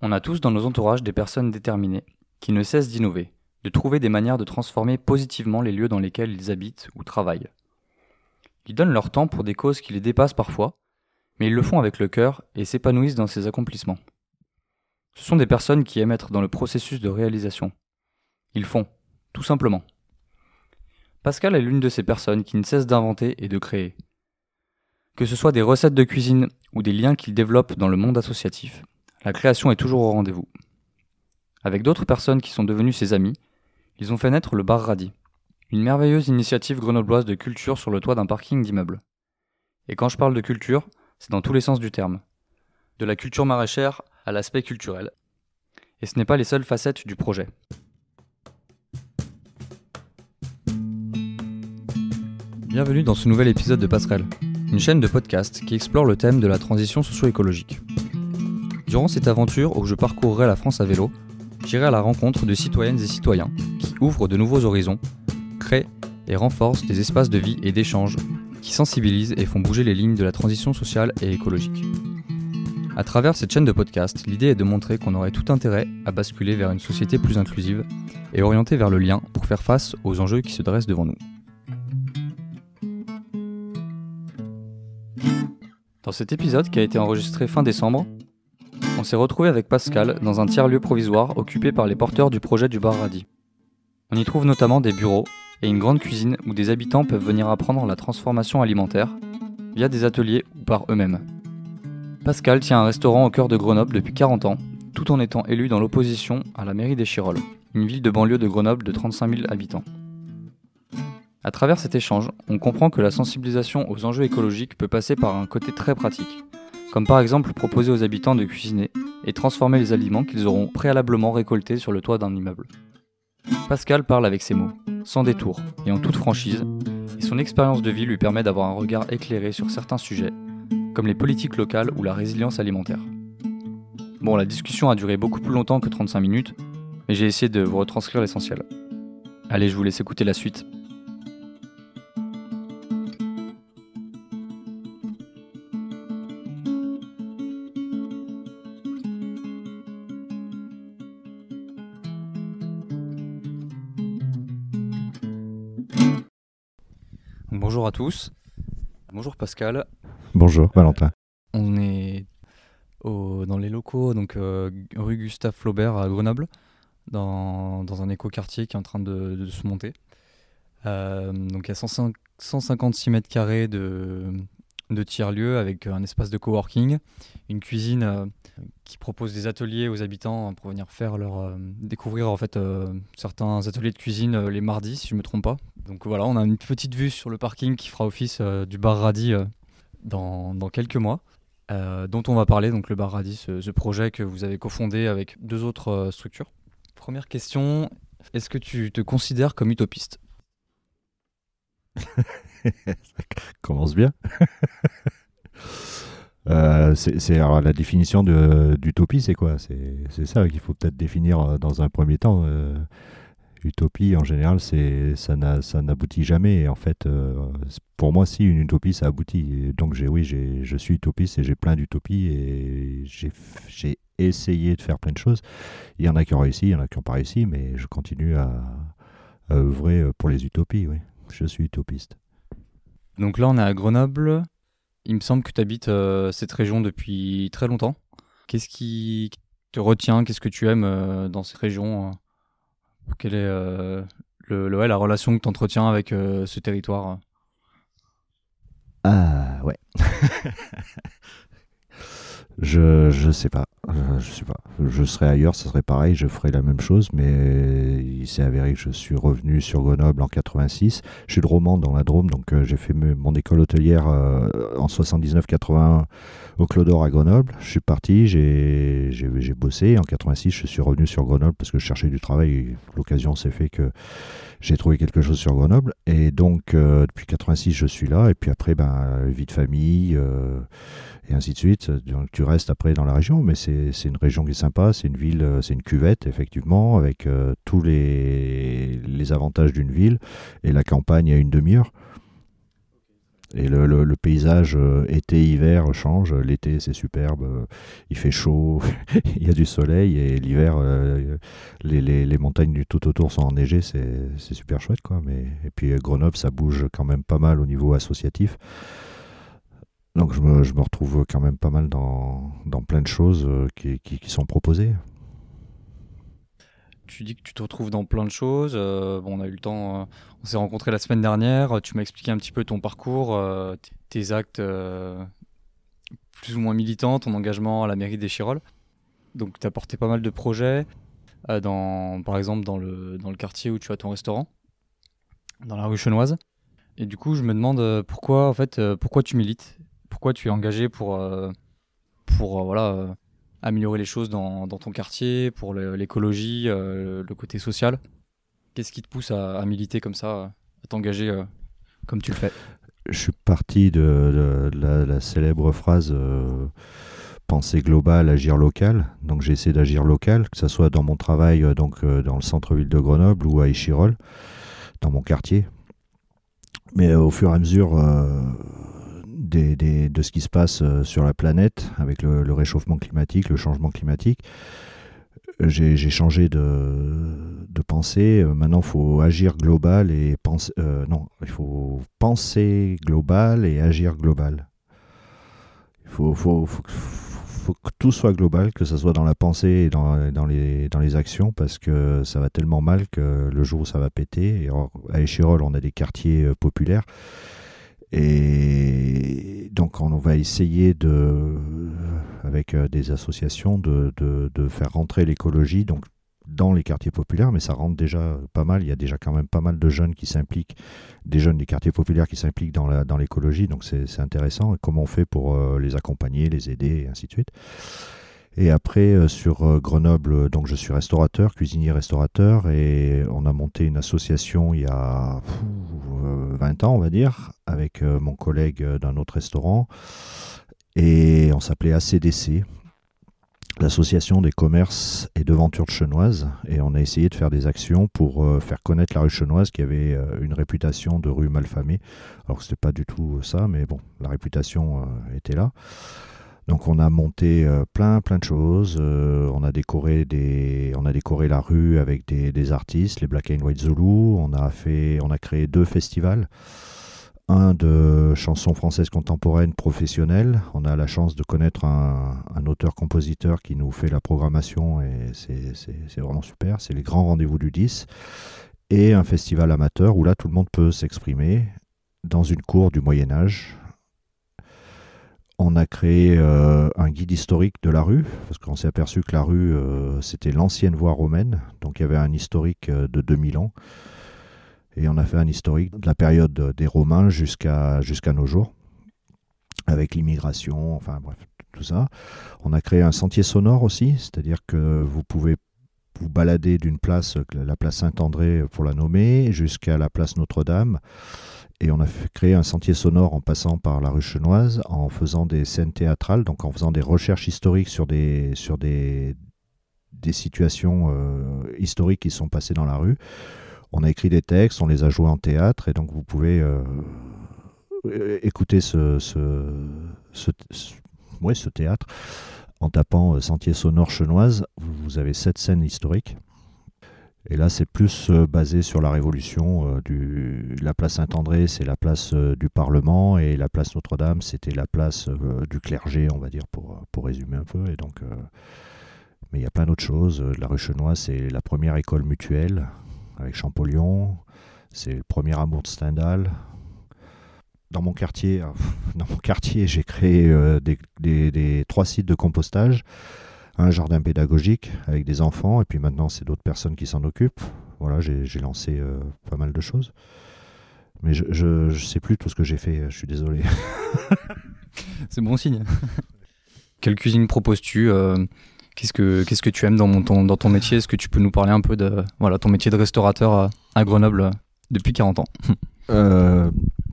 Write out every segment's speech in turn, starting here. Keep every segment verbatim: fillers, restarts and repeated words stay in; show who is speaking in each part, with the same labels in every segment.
Speaker 1: On a tous dans nos entourages des personnes déterminées, qui ne cessent d'innover, de trouver des manières de transformer positivement les lieux dans lesquels ils habitent ou travaillent. Ils donnent leur temps pour des causes qui les dépassent parfois, mais ils le font avec le cœur et s'épanouissent dans ces accomplissements. Ce sont des personnes qui aiment être dans le processus de réalisation. Ils font, tout simplement. Pascal est l'une de ces personnes qui ne cesse d'inventer et de créer. Que ce soit des recettes de cuisine ou des liens qu'il développe dans le monde associatif, la création est toujours au rendez-vous. Avec d'autres personnes qui sont devenues ses amis, ils ont fait naître le Bar Radis, une merveilleuse initiative grenobloise de culture sur le toit d'un parking d'immeuble. Et quand je parle de culture, c'est dans tous les sens du terme. De la culture maraîchère à l'aspect culturel. Et ce n'est pas les seules facettes du projet. Bienvenue dans ce nouvel épisode de Passerelle, une chaîne de podcast qui explore le thème de la transition socio-écologique. Durant cette aventure où je parcourrai la France à vélo, j'irai à la rencontre de citoyennes et citoyens qui ouvrent de nouveaux horizons, créent et renforcent des espaces de vie et d'échange qui sensibilisent et font bouger les lignes de la transition sociale et écologique. À travers cette chaîne de podcast, l'idée est de montrer qu'on aurait tout intérêt à basculer vers une société plus inclusive et orientée vers le lien pour faire face aux enjeux qui se dressent devant nous. Dans cet épisode qui a été enregistré fin décembre, on s'est retrouvé avec Pascal dans un tiers-lieu provisoire occupé par les porteurs du projet du Bar Radis. On y trouve notamment des bureaux et une grande cuisine où des habitants peuvent venir apprendre la transformation alimentaire via des ateliers ou par eux-mêmes. Pascal tient un restaurant au cœur de Grenoble depuis quarante ans, tout en étant élu dans l'opposition à la mairie d'Échirolles, une ville de banlieue de Grenoble de trente-cinq mille habitants. À travers cet échange, on comprend que la sensibilisation aux enjeux écologiques peut passer par un côté très pratique, comme par exemple proposer aux habitants de cuisiner et transformer les aliments qu'ils auront préalablement récoltés sur le toit d'un immeuble. Pascal parle avec ses mots, sans détour et en toute franchise, et son expérience de vie lui permet d'avoir un regard éclairé sur certains sujets, comme les politiques locales ou la résilience alimentaire. Bon, la discussion a duré beaucoup plus longtemps que trente-cinq minutes, mais j'ai essayé de vous retranscrire l'essentiel. Allez, je vous laisse écouter la suite. Bonjour à tous. Bonjour Pascal.
Speaker 2: Bonjour Valentin.
Speaker 1: On est au, dans les locaux, donc euh, rue Gustave Flaubert à Grenoble, dans, dans un écoquartier qui est en train de, de se monter. Euh, donc il y a cent cinquante-six mètres carrés de, de tiers-lieux avec un espace de coworking, une cuisine euh, qui propose des ateliers aux habitants pour venir faire leur euh, découvrir en fait euh, certains ateliers de cuisine euh, les mardis si je me trompe pas. Donc voilà, on a une petite vue sur le parking qui fera office euh, du Bar Radis euh, dans, dans quelques mois, euh, dont on va parler, donc le Bar Radis, ce, ce projet que vous avez cofondé avec deux autres euh, structures. Première question, est-ce que tu te considères comme utopiste ?
Speaker 2: Ça commence bien. euh, c'est, c'est, alors, la définition de, d'utopie, c'est quoi ? c'est, c'est ça qu'il faut peut-être définir dans un premier temps. Euh, utopie, en général, c'est, ça, n'a, ça n'aboutit jamais. Et en fait, euh, pour moi, si une utopie, ça aboutit. Et donc, j'ai, oui, j'ai, je suis utopiste et j'ai plein d'utopies et j'ai, j'ai essayé de faire plein de choses. Il y en a qui ont réussi, il y en a qui n'ont pas réussi, mais je continue à, à œuvrer pour les utopies, oui. Je suis utopiste.
Speaker 1: Donc là, on est à Grenoble. Il me semble que tu habites euh, cette région depuis très longtemps. Qu'est-ce qui te retient ? Qu'est-ce que tu aimes euh, dans cette région ? Quelle est euh, le, le, ouais, la relation que tu entretiens avec euh, ce territoire ?
Speaker 2: Ah, ouais. Je je sais pas, je, je sais pas. Je serais ailleurs, ça serait pareil, je ferais la même chose, mais il s'est avéré que je suis revenu sur Grenoble en quatre-vingt-six. Je suis de Romans dans la Drôme, donc euh, j'ai fait me, mon école hôtelière euh, en soixante-dix-neuf quatre-vingt-un au Clos d'Or à Grenoble. Je suis parti, j'ai, j'ai j'ai bossé. En quatre-vingt-six, je suis revenu sur Grenoble parce que je cherchais du travail. L'occasion s'est fait que j'ai trouvé quelque chose sur Grenoble. Et donc, euh, depuis quatre-vingt-six, je suis là. Et puis après, ben, vie de famille... Euh, et ainsi de suite. Donc tu restes après dans la région, mais c'est, c'est une région qui est sympa, c'est une ville, c'est une cuvette, effectivement, avec euh, tous les, les avantages d'une ville, et la campagne à une demi-heure. Et le, le, le paysage euh, été-hiver change. L'été, c'est superbe, euh, il fait chaud, il y a du soleil, et l'hiver, euh, les, les, les montagnes du tout autour sont enneigées, c'est, c'est super chouette, quoi. Mais, et puis Grenoble, ça bouge quand même pas mal au niveau associatif. Donc je me, je me retrouve quand même pas mal dans, dans plein de choses euh, qui, qui, qui sont proposées.
Speaker 1: Tu dis que tu te retrouves dans plein de choses. Euh, bon, on a eu le temps, euh, on s'est rencontrés la semaine dernière. Tu m'as expliqué un petit peu ton parcours, euh, t- tes actes euh, plus ou moins militants, ton engagement à la mairie d'Échirolles. Donc, tu as porté pas mal de projets, euh, dans, par exemple dans le, dans le quartier où tu as ton restaurant, dans la rue Chenoise. Et du coup, je me demande euh, pourquoi, en fait, euh, pourquoi tu milites, pourquoi tu es engagé pour, euh, pour euh, voilà. euh, améliorer les choses dans, dans ton quartier, pour le, l'écologie, euh, le côté social. Qu'est-ce qui te pousse à, à militer comme ça, à t'engager euh, comme tu le fais?
Speaker 2: Je suis parti de, de la, la célèbre phrase euh, penser global, agir local. Donc j'ai essayé d'agir local, que ce soit dans mon travail euh, donc, euh, dans le centre-ville de Grenoble ou à Échirolles, dans mon quartier. Mais euh, au fur et à mesure euh, des, des, de ce qui se passe euh, sur la planète, avec le, le réchauffement climatique, le changement climatique, j'ai, j'ai changé de, de pensée. Maintenant, il faut agir global et penser. Euh, non, il faut penser global et agir global. Il faut, faut, faut, faut que tout soit global, que ce soit dans la pensée et dans, dans, les, dans les actions, parce que ça va tellement mal que le jour où ça va péter. Et à Échirolles, on a des quartiers euh, populaires. Et donc on va essayer de, avec des associations de, de, de faire rentrer l'écologie donc, dans les quartiers populaires, mais ça rentre déjà pas mal. Il y a déjà quand même pas mal de jeunes qui s'impliquent, des jeunes des quartiers populaires qui s'impliquent dans, la, dans l'écologie, donc c'est, c'est intéressant. Et comment on fait pour euh, les accompagner, les aider, et ainsi de suite. Et après, euh, sur euh, Grenoble, donc je suis restaurateur, cuisinier-restaurateur, et on a monté une association il y a pff, euh, vingt ans, on va dire, avec euh, mon collègue euh, d'un autre restaurant, et on s'appelait A C D C, l'Association des commerces et devantures de Chenoise, et on a essayé de faire des actions pour euh, faire connaître la rue Chenoise, qui avait euh, une réputation de rue malfamée. Alors que c'était pas du tout ça, mais bon, la réputation euh, était là. Donc on a monté euh, plein plein de choses, euh, on a décoré des, on a décoré la rue avec des, des artistes, les Black and White Zulu, on a fait, on a créé deux festivals, un de chansons françaises contemporaines professionnelles, on a la chance de connaître un, un auteur-compositeur qui nous fait la programmation et c'est, c'est, c'est vraiment super, c'est les grands rendez-vous du dix, et un festival amateur où là tout le monde peut s'exprimer dans une cour du Moyen-Âge. On a créé euh, un guide historique de la rue, parce qu'on s'est aperçu que la rue, euh, c'était l'ancienne voie romaine, donc il y avait un historique euh, de deux mille ans, et on a fait un historique de la période des Romains jusqu'à, jusqu'à nos jours, avec l'immigration, enfin bref, tout ça. On a créé un sentier sonore aussi, c'est-à-dire que vous pouvez vous balader d'une place, la place Saint-André pour la nommer, jusqu'à la place Notre-Dame. Et on a fait, créé un sentier sonore en passant par la rue Chenoise, en faisant des scènes théâtrales, donc en faisant des recherches historiques sur des, sur des, des situations euh, historiques qui sont passées dans la rue. On a écrit des textes, on les a joués en théâtre, et donc vous pouvez euh, écouter ce, ce, ce, ce, ouais, ce théâtre en tapant euh, Sentier sonore Chenoise. Vous avez sept scènes historiques. Et là, c'est plus euh, basé sur la Révolution. Euh, du, la place Saint-André, c'est la place euh, du Parlement, et la place Notre-Dame, c'était la place euh, du clergé, on va dire, pour, pour résumer un peu. Et donc, euh, mais il y a plein d'autres choses. La rue Chenoise, c'est la première école mutuelle avec Champollion. C'est le premier amour de Stendhal. Dans mon quartier, euh, dans mon quartier, j'ai créé euh, des, des, des trois sites de compostage. Un jardin pédagogique avec des enfants, et puis maintenant c'est d'autres personnes qui s'en occupent. Voilà, j'ai, j'ai lancé euh, pas mal de choses. Mais je, je, je sais plus tout ce que j'ai fait, je suis désolé.
Speaker 1: C'est bon signe. Quelle cuisine proposes-tu euh, qu'est-ce, que, qu'est-ce que tu aimes dans, mon, ton, dans ton métier? Est-ce que tu peux nous parler un peu de voilà, ton métier de restaurateur à, à Grenoble euh, depuis quarante ans?
Speaker 2: euh,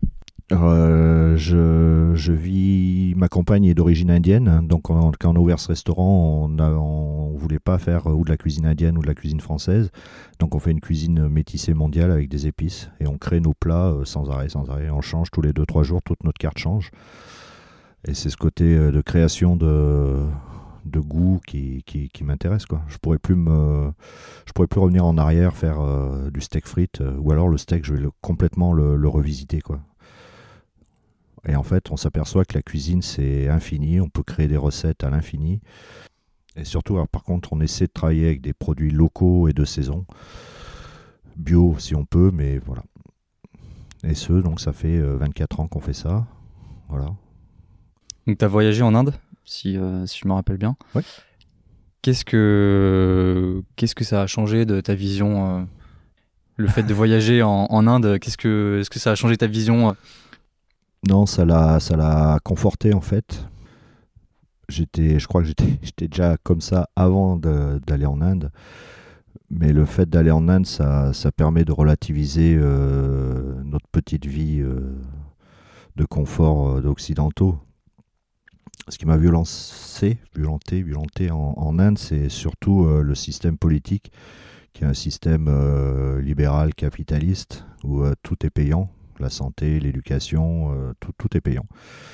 Speaker 2: Euh, je, je vis. Ma compagne est d'origine indienne, donc on- quand on a ouvert ce restaurant, on a, on voulait pas faire ou de la cuisine indienne ou de la cuisine française, donc on fait une cuisine métissée mondiale avec des épices et on crée nos plats euh, sans arrêt, sans arrêt. On change tous les deux trois jours, toute notre carte change. Et c'est ce côté euh, de création de de goût qui, qui, qui m'intéresse, quoi. Je pourrais plus me, je pourrais plus revenir en arrière faire euh, du steak frites euh, ou alors le steak, je vais le- complètement le, le revisiter, quoi. Et en fait, on s'aperçoit que la cuisine, c'est infini. On peut créer des recettes à l'infini. Et surtout, alors, par contre, on essaie de travailler avec des produits locaux et de saison. Bio, si on peut, mais voilà. Et ce, donc, ça fait euh, vingt-quatre ans qu'on fait ça. Voilà.
Speaker 1: Donc tu as voyagé en Inde, si, euh, si je me rappelle bien.
Speaker 2: Ouais.
Speaker 1: Qu'est-ce que, qu'est-ce que ça a changé de ta vision euh, le fait de voyager en, en Inde, qu'est-ce que, est-ce que ça a changé ta vision euh
Speaker 2: Non, ça l'a, ça l'a conforté, en fait. J'étais, je crois que j'étais, j'étais déjà comme ça avant de- d'aller en Inde. Mais le fait d'aller en Inde, ça, ça permet de relativiser euh, notre petite vie euh, de confort euh, d'occidentaux. Ce qui m'a violencé, violenté, violenté en, en Inde, c'est surtout euh, le système politique, qui est un système euh, libéral capitaliste où euh, tout est payant, la santé, l'éducation, euh, tout, tout est payant.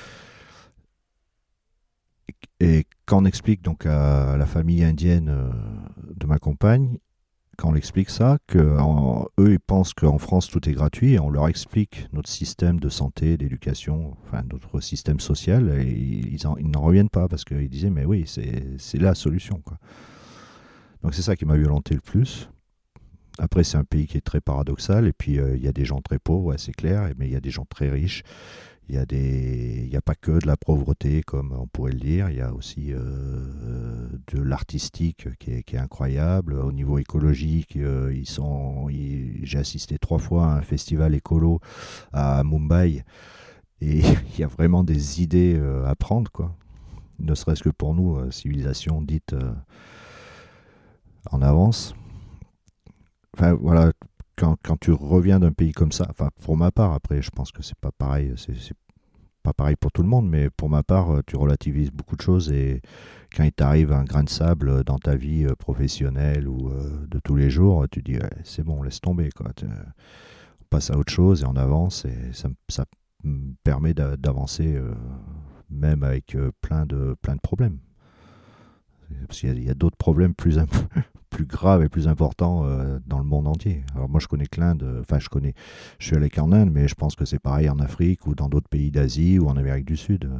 Speaker 2: Et quand on explique donc à la famille indienne euh, de ma compagne, quand on explique ça, que en- eux ils pensent qu'en France tout est gratuit, et on leur explique notre système de santé, d'éducation, enfin notre système social, et ils, en- ils n'en reviennent pas parce qu'ils disaient mais oui c'est c'est la solution, quoi. Donc c'est ça qui m'a violenté le plus. Après c'est un pays qui est très paradoxal et puis euh, il y a des gens très pauvres, ouais, c'est clair, mais il y a des gens très riches. Il y a des, il y a pas que de la pauvreté comme on pourrait le dire. Il y a aussi euh, de l'artistique qui est, qui est incroyable. Au niveau écologique, euh, ils sont, ils- j'ai assisté trois fois à un festival écolo à Mumbai et il y a vraiment des idées euh, à prendre, quoi. Ne serait-ce que pour nous, euh, civilisation dite euh, en avance. Enfin voilà, quand, quand tu reviens d'un pays comme ça, enfin pour ma part, après je pense que c'est pas pareil, c'est c'est pas pareil pour tout le monde, mais pour ma part, euh, tu relativises beaucoup de choses et quand il t'arrive un grain de sable euh, dans ta vie euh, professionnelle ou euh, de tous les jours, tu dis ouais, c'est bon, laisse tomber, quoi. Tu- on passe à autre chose et on avance et ça, me- ça me permet d'a- d'avancer euh, même avec euh, plein de, plein de problèmes. Parce qu'il y a, il y a d'autres problèmes plus, imp- plus graves et plus importants euh, dans le monde entier. Alors moi je connais que l'Inde, euh, enfin je connais, je suis allé qu'en Inde, mais je pense que c'est pareil en Afrique ou dans d'autres pays d'Asie ou en Amérique du Sud. Euh,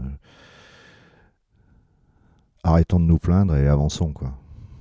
Speaker 2: arrêtons de nous plaindre et avançons, quoi.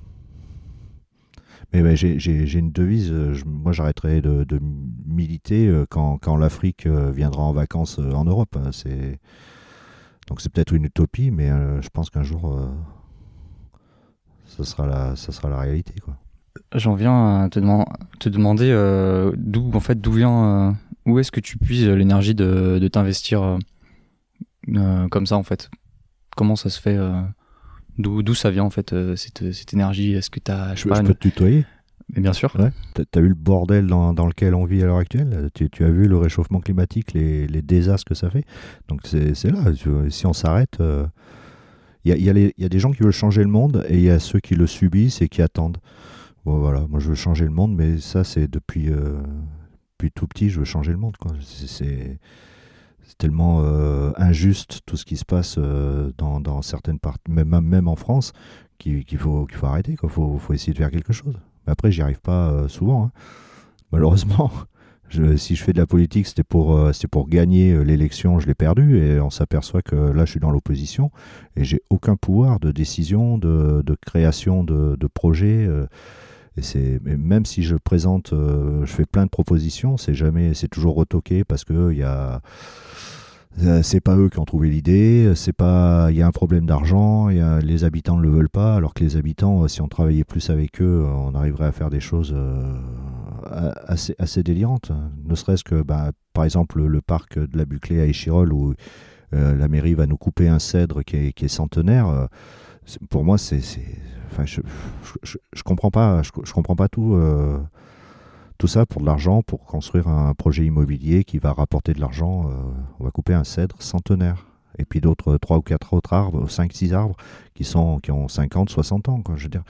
Speaker 2: Mais ben, j'ai, j'ai- j'ai une devise, euh, je- moi j'arrêterai de, de militer euh, quand, quand l'Afrique euh, viendra en vacances euh, en Europe, hein. C'est, donc c'est peut-être une utopie, mais euh, je pense qu'un jour euh, ça sera la, ça sera la réalité, quoi.
Speaker 1: J'en viens à te, deman- te demander euh, d'où en fait d'où vient euh, où est-ce que tu puises l'énergie de, de t'investir euh, euh, comme ça en fait. Comment ça se fait euh, d'où d'où ça vient en fait euh, cette, cette énergie. Est-ce que t'as je sais
Speaker 2: Je,
Speaker 1: pas
Speaker 2: je
Speaker 1: une-
Speaker 2: peux te tutoyer?
Speaker 1: Mais bien sûr.
Speaker 2: Ouais. T'as, t'as vu le bordel dans, dans lequel on vit à l'heure actuelle? Tu, tu as vu le réchauffement climatique, les, les désastres que ça fait? Donc c'est, c'est là, tu vois, si on s'arrête, il y, a, y, a les- y a des gens qui veulent changer le monde et il y a ceux qui le subissent et qui attendent. Bon voilà, moi je veux changer le monde, mais ça c'est depuis, euh, depuis tout petit, je veux changer le monde, quoi. C'est, c'est, c'est tellement euh, injuste tout ce qui se passe euh, dans, dans certaines parties, même, même en France, qu'il, qu'il, faut, qu'il faut arrêter, qu'il faut, faut essayer de faire quelque chose. Mais après, j'y arrive pas euh, souvent, hein. Malheureusement. Je, si je fais de la politique, c'était pour, euh, c'était pour gagner euh, l'élection, je l'ai perdue, et on s'aperçoit que là, je suis dans l'opposition, et j'ai aucun pouvoir de décision, de, de création de, de projets. Euh, et c'est, mais même si je présente, euh, je fais plein de propositions, c'est jamais, c'est toujours retoqué parce que il y a, euh, c'est pas eux qui ont trouvé l'idée, c'est pas, il y a un problème d'argent, il y a, les habitants ne le veulent pas, alors que les habitants, euh, si on travaillait plus avec eux, on arriverait à faire des choses euh, assez, assez délirantes. Ne serait-ce que, bah, par exemple, le, le parc de la Buclé à Échirolles où euh, la mairie va nous couper un cèdre qui est, qui est centenaire. Euh, c'est- pour moi, c'est, c'est, enfin, je, je, je, je comprends pas, je, je comprends pas tout. Euh, Tout ça pour de l'argent, pour construire un projet immobilier qui va rapporter de l'argent. Euh, on va couper un cèdre centenaire. Et puis d'autres, trois ou quatre autres arbres, cinq, six arbres, qui, sont, qui ont cinquante, soixante ans, quoi, je veux dire.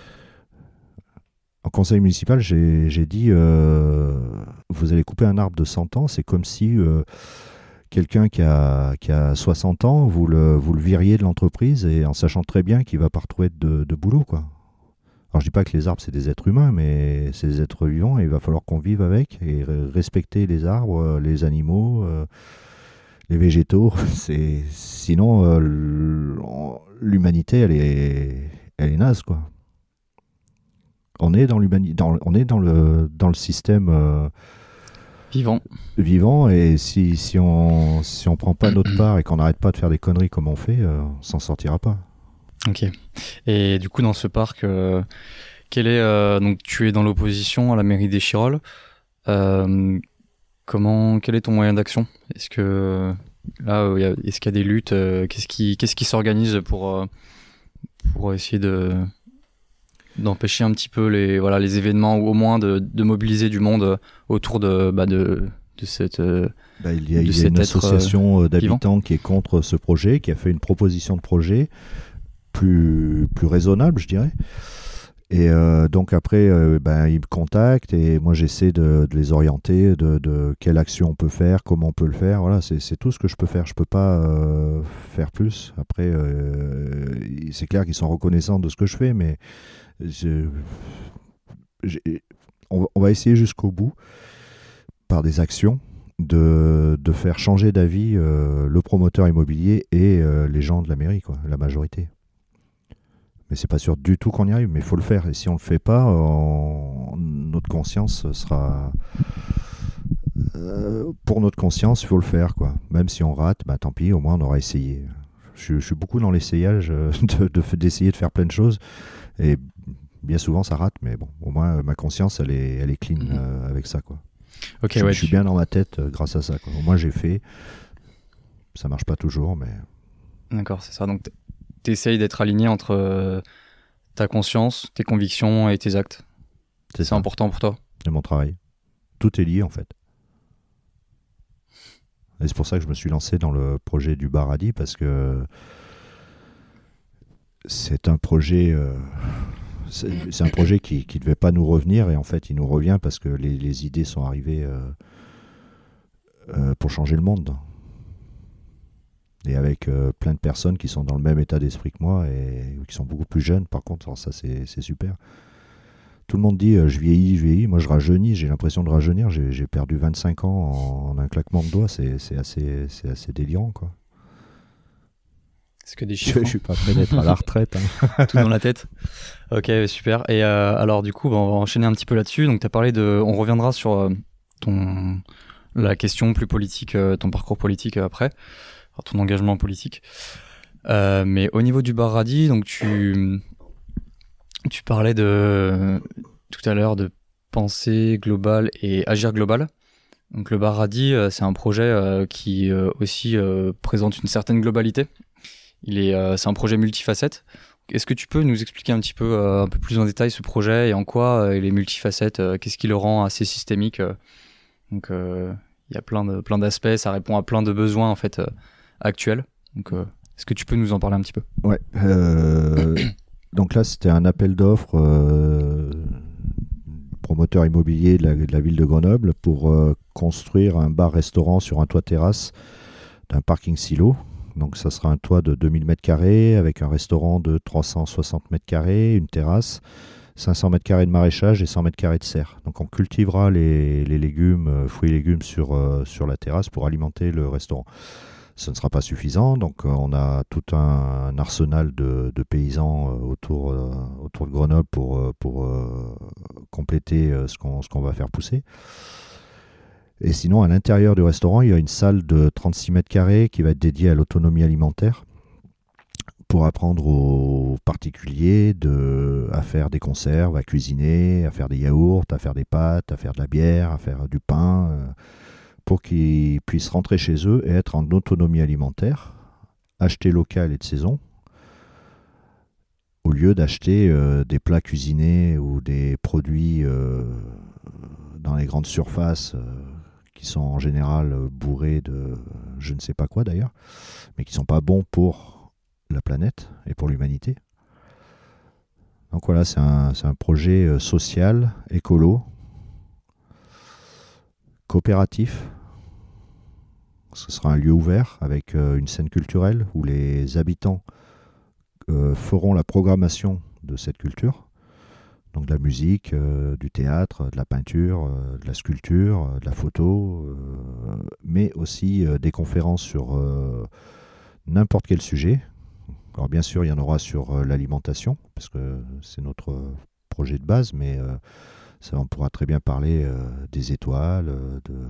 Speaker 2: En conseil municipal, j'ai, j'ai dit, euh, vous allez couper un arbre de cent ans, c'est comme si euh, quelqu'un qui a, qui a soixante ans, vous le, vous le viriez de l'entreprise, et en sachant très bien qu'il ne va pas retrouver de, de boulot, quoi. Alors je dis pas que les arbres c'est des êtres humains, mais c'est des êtres vivants et il va falloir qu'on vive avec et respecter les arbres, les animaux, euh, les végétaux. C'est... Sinon euh, l'humanité elle est, elle est naze, quoi. On est dans l'humanité, dans, on est dans le dans le système euh,
Speaker 1: vivant.
Speaker 2: Vivant et si si on si on prend pas notre part et qu'on n'arrête pas de faire des conneries comme on fait, euh, on s'en sortira pas.
Speaker 1: Ok. Et du coup, dans ce parc, euh, quel est, euh, donc tu es dans l'opposition à la mairie d'Échirolles. Euh, comment, quel est ton moyen d'action ? Est-ce que là, est-ce qu'il y a des luttes ? euh, Qu'est-ce qui, qu'est-ce qui s'organise pour euh, pour essayer de d'empêcher un petit peu les voilà les événements ou au moins de, de mobiliser du monde autour de bah de de cette euh,
Speaker 2: bah, il y a, il y a une association euh, d'habitants vivant. Qui est contre ce projet, qui a fait une proposition de projet plus, plus raisonnable, je dirais. Et euh, donc après, euh, ben, ils me contactent et moi j'essaie de, de les orienter, de, de quelle action on peut faire, comment on peut le faire. Voilà, c'est, c'est tout ce que je peux faire. Je ne peux pas euh, faire plus. Après, euh, c'est clair qu'ils sont reconnaissants de ce que je fais, mais je, j'ai, on, on va essayer jusqu'au bout, par des actions, de, de faire changer d'avis euh, le promoteur immobilier et euh, les gens de la mairie, quoi, la majorité. Mais c'est pas sûr du tout qu'on y arrive, mais il faut le faire. Et si on le fait pas, on... notre conscience sera... Euh, pour notre conscience, il faut le faire, quoi. Même si on rate, bah, tant pis, au moins on aura essayé. Je, je suis beaucoup dans l'essayage, euh, de, de, d'essayer de faire plein de choses. Et bien souvent, ça rate, mais bon, au moins ma conscience, elle est, elle est clean euh, avec ça, quoi.
Speaker 1: Okay,
Speaker 2: je,
Speaker 1: ouais,
Speaker 2: je suis
Speaker 1: tu...
Speaker 2: bien dans ma tête euh, grâce à ça, quoi. Au moins j'ai fait. Ça marche pas toujours, mais...
Speaker 1: D'accord, c'est ça. Donc tu essayes d'être aligné entre euh, ta conscience, tes convictions et tes actes. C'est, c'est important pour toi.
Speaker 2: C'est mon travail. Tout est lié, en fait. Et c'est pour ça que je me suis lancé dans le projet du Bar-Radis, parce que c'est un projet... Euh... C'est, c'est un projet qui ne devait pas nous revenir, et en fait il nous revient parce que les, les idées sont arrivées euh, euh, pour changer le monde. Et avec euh, plein de personnes qui sont dans le même état d'esprit que moi et qui sont beaucoup plus jeunes, par contre, alors ça c'est, c'est super. Tout le monde dit euh, je vieillis, je vieillis, moi je rajeunis, j'ai l'impression de rajeunir, j'ai, j'ai perdu vingt-cinq ans en, en un claquement de doigts, c'est, c'est, assez, c'est assez délirant, quoi.
Speaker 1: Est-ce que des chiffres,
Speaker 2: je, je suis pas prêt d'être à la retraite. Hein.
Speaker 1: Tout dans la tête. Ok, super. Et euh, alors du coup, bah, on va enchaîner un petit peu là-dessus. Donc tu as parlé de... On reviendra sur euh, ton... la question plus politique, euh, ton parcours politique euh, après, enfin, ton engagement politique. Euh, mais au niveau du Bar-Radis, donc tu... tu parlais de... tout à l'heure de penser globale et agir global. Donc le Bar-Radis, euh, c'est un projet euh, qui euh, aussi euh, présente une certaine globalité. Il est, euh, c'est un projet multifacette. Est-ce que tu peux nous expliquer un petit peu, euh, un peu plus en détail ce projet et en quoi euh, il est multifacette, euh, qu'est-ce qui le rend assez systémique euh, Donc, il euh, y a plein de plein d'aspects, ça répond à plein de besoins en fait euh, actuels. Donc, euh, est-ce que tu peux nous en parler un petit peu ?
Speaker 2: Ouais. Euh, donc là, c'était un appel d'offres euh, promoteur immobilier de la, de la ville de Grenoble pour euh, construire un bar-restaurant sur un toit-terrasse d'un parking silo. Donc ça sera un toit de deux mille mètres carrés avec un restaurant de trois cent soixante mètres carrés, une terrasse, cinq cents mètres carrés de maraîchage et cent mètres carrés de serre. Donc on cultivera les, les légumes, fruits et légumes sur, euh, sur la terrasse pour alimenter le restaurant. Ce ne sera pas suffisant, donc euh, on a tout un, un arsenal de, de paysans euh, autour, euh, autour de Grenoble pour, euh, pour euh, compléter euh, ce, qu'on, ce qu'on va faire pousser. Et sinon, à l'intérieur du restaurant, il y a une salle de trente-six mètres carrés qui va être dédiée à l'autonomie alimentaire pour apprendre aux particuliers de, à faire des conserves, à cuisiner, à faire des yaourts, à faire des pâtes, à faire de la bière, à faire du pain, euh, pour qu'ils puissent rentrer chez eux et être en autonomie alimentaire, acheter local et de saison, au lieu d'acheter euh, des plats cuisinés ou des produits... Euh, dans les grandes surfaces euh, qui sont en général bourrées de je ne sais pas quoi d'ailleurs, mais qui ne sont pas bons pour la planète et pour l'humanité. Donc voilà, c'est un, c'est un projet social, écolo, coopératif. Ce sera un lieu ouvert avec euh, une scène culturelle où les habitants euh, feront la programmation de cette culture. Donc de la musique, euh, du théâtre, de la peinture, euh, de la sculpture, euh, de la photo, euh, mais aussi euh, des conférences sur euh, n'importe quel sujet. Alors bien sûr, il y en aura sur euh, l'alimentation, parce que c'est notre projet de base, mais euh, ça, on pourra très bien parler euh, des étoiles, de,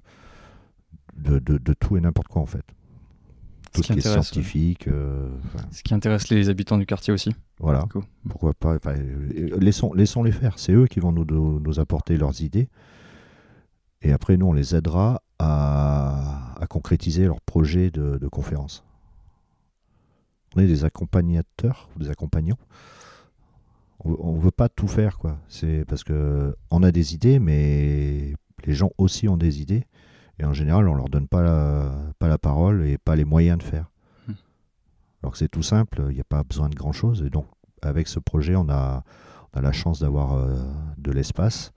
Speaker 2: de, de, de tout et n'importe quoi en fait. Tout ce, ce qui, qui est scientifique. Euh,
Speaker 1: ce qui intéresse les habitants du quartier aussi.
Speaker 2: Voilà, cool. Pourquoi pas. Enfin, laissons, laissons les faire. C'est eux qui vont nous, nous, nous apporter leurs idées. Et après, nous, on les aidera à, à concrétiser leurs projets de, de conférence. On est des accompagnateurs, des accompagnants. On ne veut pas tout faire, quoi. C'est parce qu'on a des idées, mais les gens aussi ont des idées. Et en général, on ne leur donne pas la, pas la parole et pas les moyens de faire. Mmh. Alors que c'est tout simple, il n'y a pas besoin de grand-chose. Et donc, avec ce projet, on a, on a la chance d'avoir euh, de l'espace.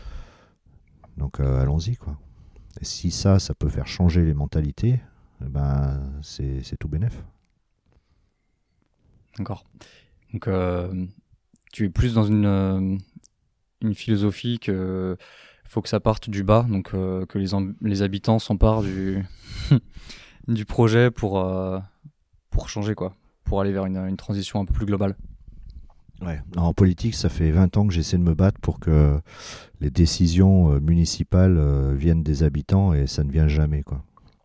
Speaker 2: Donc, euh, allons-y, quoi. Et si ça, ça peut faire changer les mentalités, eh ben, c'est, c'est tout bénef.
Speaker 1: D'accord. Donc, euh, tu es plus dans une, euh, une philosophie que... faut que ça parte du bas, donc euh, que les, amb- les habitants s'emparent du, du projet pour, euh, pour changer, quoi, pour aller vers une, une transition un peu plus globale.
Speaker 2: Ouais. En politique, ça fait vingt ans que j'essaie de me battre pour que les décisions euh, municipales euh, viennent des habitants et ça ne vient jamais, quoi.